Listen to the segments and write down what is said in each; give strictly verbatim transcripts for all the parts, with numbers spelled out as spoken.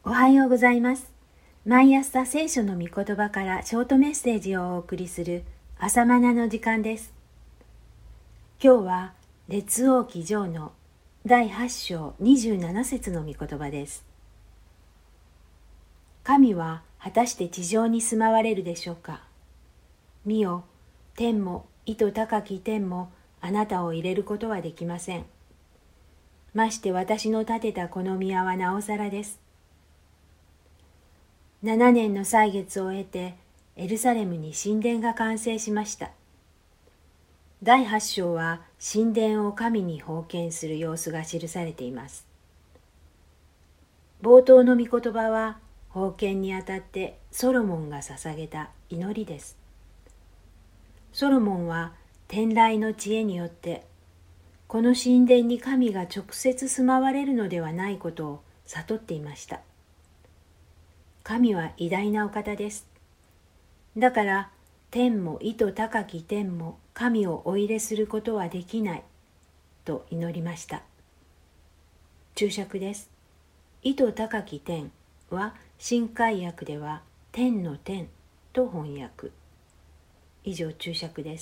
おはようございます。毎朝聖書の御言葉からショートメッセージをお送りする朝マナの時間です。今日は列王記上のだいはち章にじゅうなな節の御言葉です。神は果たして地上に住まわれるでしょうか。見よ、天も意図高き天もあなたを入れることはできません。まして私の建てたこの宮はなおさらです。ななねんの歳月を経てエルサレムに神殿が完成しました。だいはち章は神殿を神に奉献する様子が記されています。冒頭の御言葉は奉献にあたってソロモンが捧げた祈りです。ソロモンは天来の知恵によってこの神殿に神が直接住まわれるのではないことを悟っていました。神は偉大なお方です。だから天も意図高き天も神をお入れすることはできないと祈りました。注釈です。意図高き天は新海訳では天の天と翻訳。以上注釈です。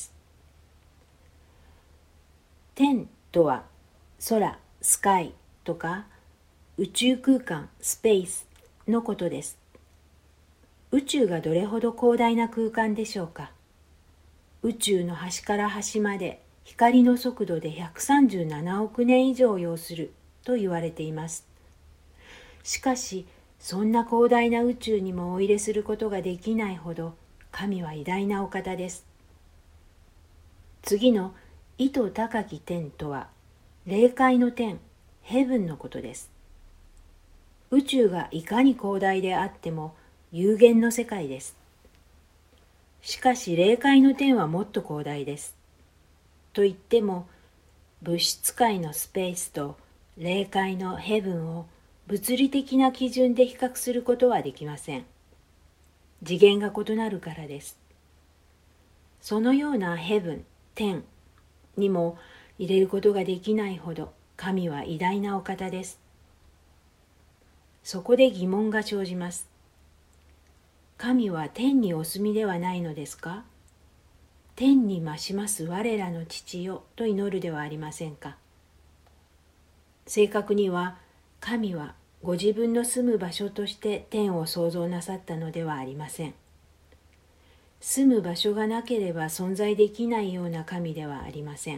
天とは空、スカイとか宇宙空間、スペースのことです。宇宙がどれほど広大な空間でしょうか。宇宙の端から端まで光の速度でひゃくさんじゅうななおくねん以上を要すると言われています。しかし、そんな広大な宇宙にもお入れすることができないほど神は偉大なお方です。次の意図高き天とは霊界の天、ヘブンのことです。宇宙がいかに広大であっても有限の世界です。しかし霊界の天はもっと広大です。と言っても物質界のスペースと霊界のヘブンを物理的な基準で比較することはできません。次元が異なるからです。そのようなヘブン、天にも入れることができないほど神は偉大なお方です。そこで疑問が生じます。神は天にお住みではないのですか？天に増します我らの父よと祈るではありませんか。正確には神はご自分の住む場所として天を創造なさったのではありません。住む場所がなければ存在できないような神ではありません。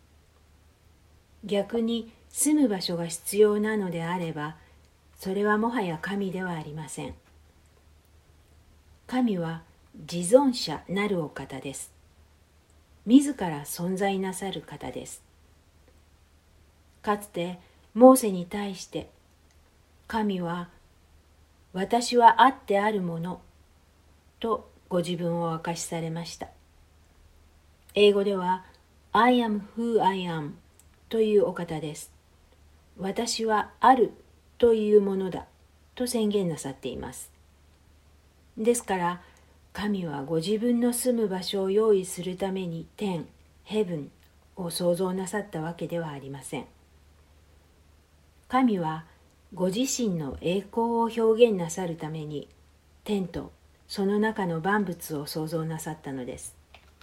逆に住む場所が必要なのであれば、それはもはや神ではありません。神は自存者なるお方です。自ら存在なさる方です。かつてモーセに対して神は私はあってあるものとご自分を明かしされました。英語では I am who I am というお方です。私はあるというものだと宣言なさっています。ですから神はご自分の住む場所を用意するために天、ヘブンを創造なさったわけではありません。神はご自身の栄光を表現なさるために天とその中の万物を創造なさったのです。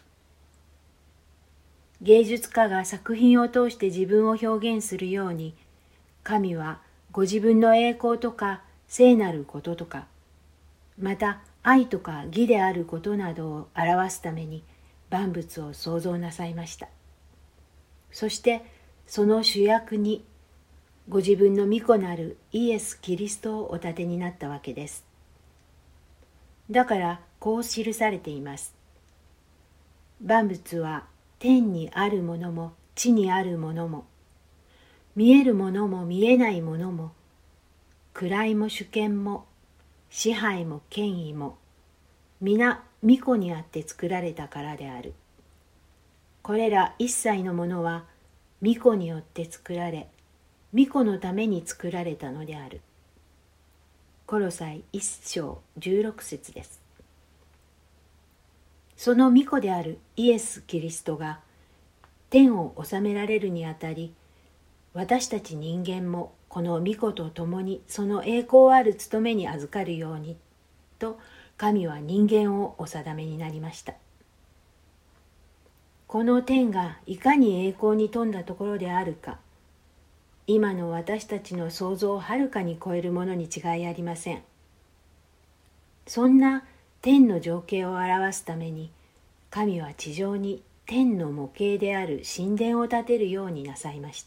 芸術家が作品を通して自分を表現するように、神はご自分の栄光とか聖なることとか、また愛とか義であることなどを表すために万物を創造なさいました。そしてその主役にご自分の御子なるイエス・キリストをお立てになったわけです。だからこう記されています。万物は天にあるものも地にあるものも、見えるものも見えないものも、位も主権も支配も権威も皆御子にあって作られたからである。これら一切のものは御子によって作られ、御子のために作られたのである。コロサイ一章十六節です。その御子であるイエス・キリストが天を治められるにあたり、私たち人間もここの御子と共にその栄光ある務めに預かるようにと神は人間をお定めになりました。この天がいかに栄光に富んだところであるか、今の私たちの想像をはるかに超えるものに違いありません。そんな天の情景を表すために、神は地上に天の模型である神殿を建てるようになさいました。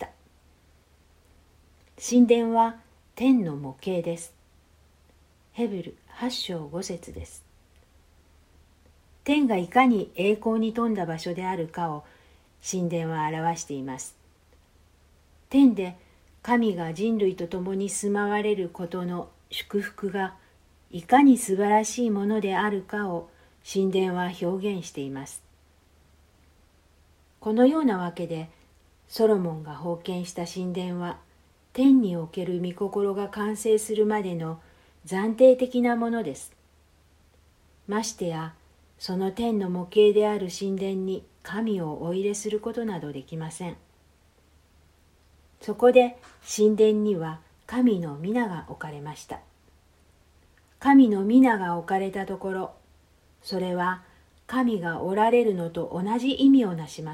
神殿は天の模型です。ヘブルはち章ご節です。天がいかに栄光に富んだ場所であるかを神殿は表しています。天で神が人類と共に住まわれることの祝福がいかに素晴らしいものであるかを神殿は表現しています。このようなわけでソロモンが封建した神殿は天における御心が完成するまでの暫定的なものです。ましてやその天の模型である神殿に神をお入れすることなどできません。そこで神殿には神の御名が置かれました。神の御名が置かれたところ、それは神がおられるのと同じ意味をなします。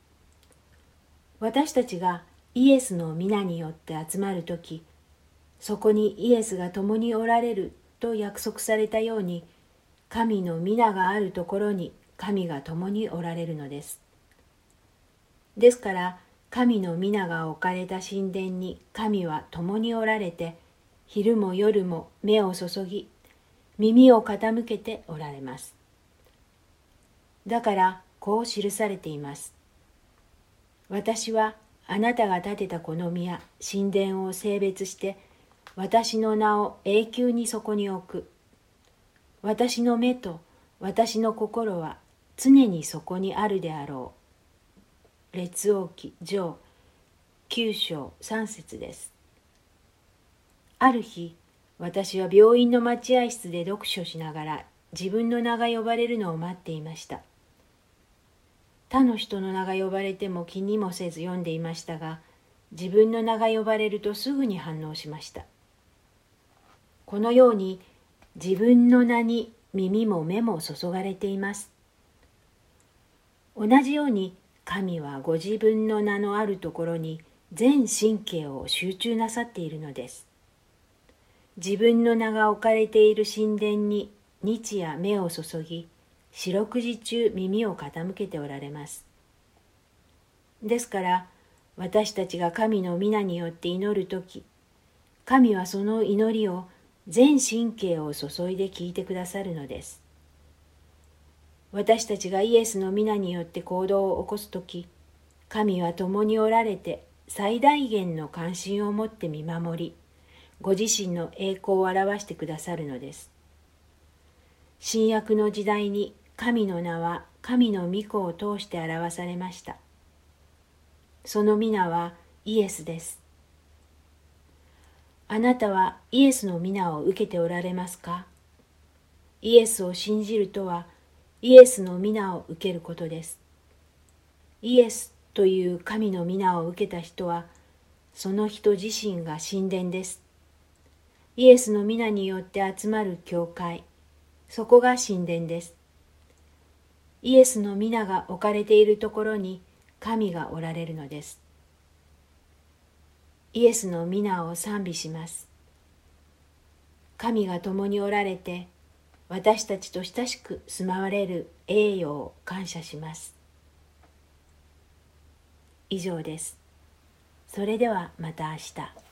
私たちがイエスの皆によって集まるとき、そこにイエスが共におられると約束されたように、神の皆があるところに神が共におられるのです。ですから、神の皆が置かれた神殿に神は共におられて、昼も夜も目を注ぎ、耳を傾けておられます。だからこう記されています。私はあなたが建てたこの宮、神殿を聖別して、私の名を永久にそこに置く。私の目と私の心は常にそこにあるであろう。列王記上きゅう章さん節です。ある日、私は病院の待合室で読書しながら自分の名が呼ばれるのを待っていました。他の人の名が呼ばれても気にもせず読んでいましたが、自分の名が呼ばれるとすぐに反応しました。このように自分の名に耳も目も注がれています。同じように神はご自分の名のあるところに全神経を集中なさっているのです。自分の名が置かれている神殿に日夜目を注ぎ、四六時中耳を傾けておられます。ですから私たちが神の皆によって祈るとき、神はその祈りを全神経を注いで聞いてくださるのです。私たちがイエスの皆によって行動を起こすとき、神は共におられて最大限の関心を持って見守り、ご自身の栄光を表してくださるのです。新約の時代に神の名は神の御子を通して表されました。その皆はイエスです。あなたはイエスの皆を受けておられますか？イエスを信じるとは、イエスの皆を受けることです。イエスという神の皆を受けた人は、その人自身が神殿です。イエスの皆によって集まる教会、そこが神殿です。イエスの皆が置かれているところに神がおられるのです。イエスの皆を賛美します。神が共におられて、私たちと親しく住まわれる栄誉を感謝します。以上です。それではまた明日。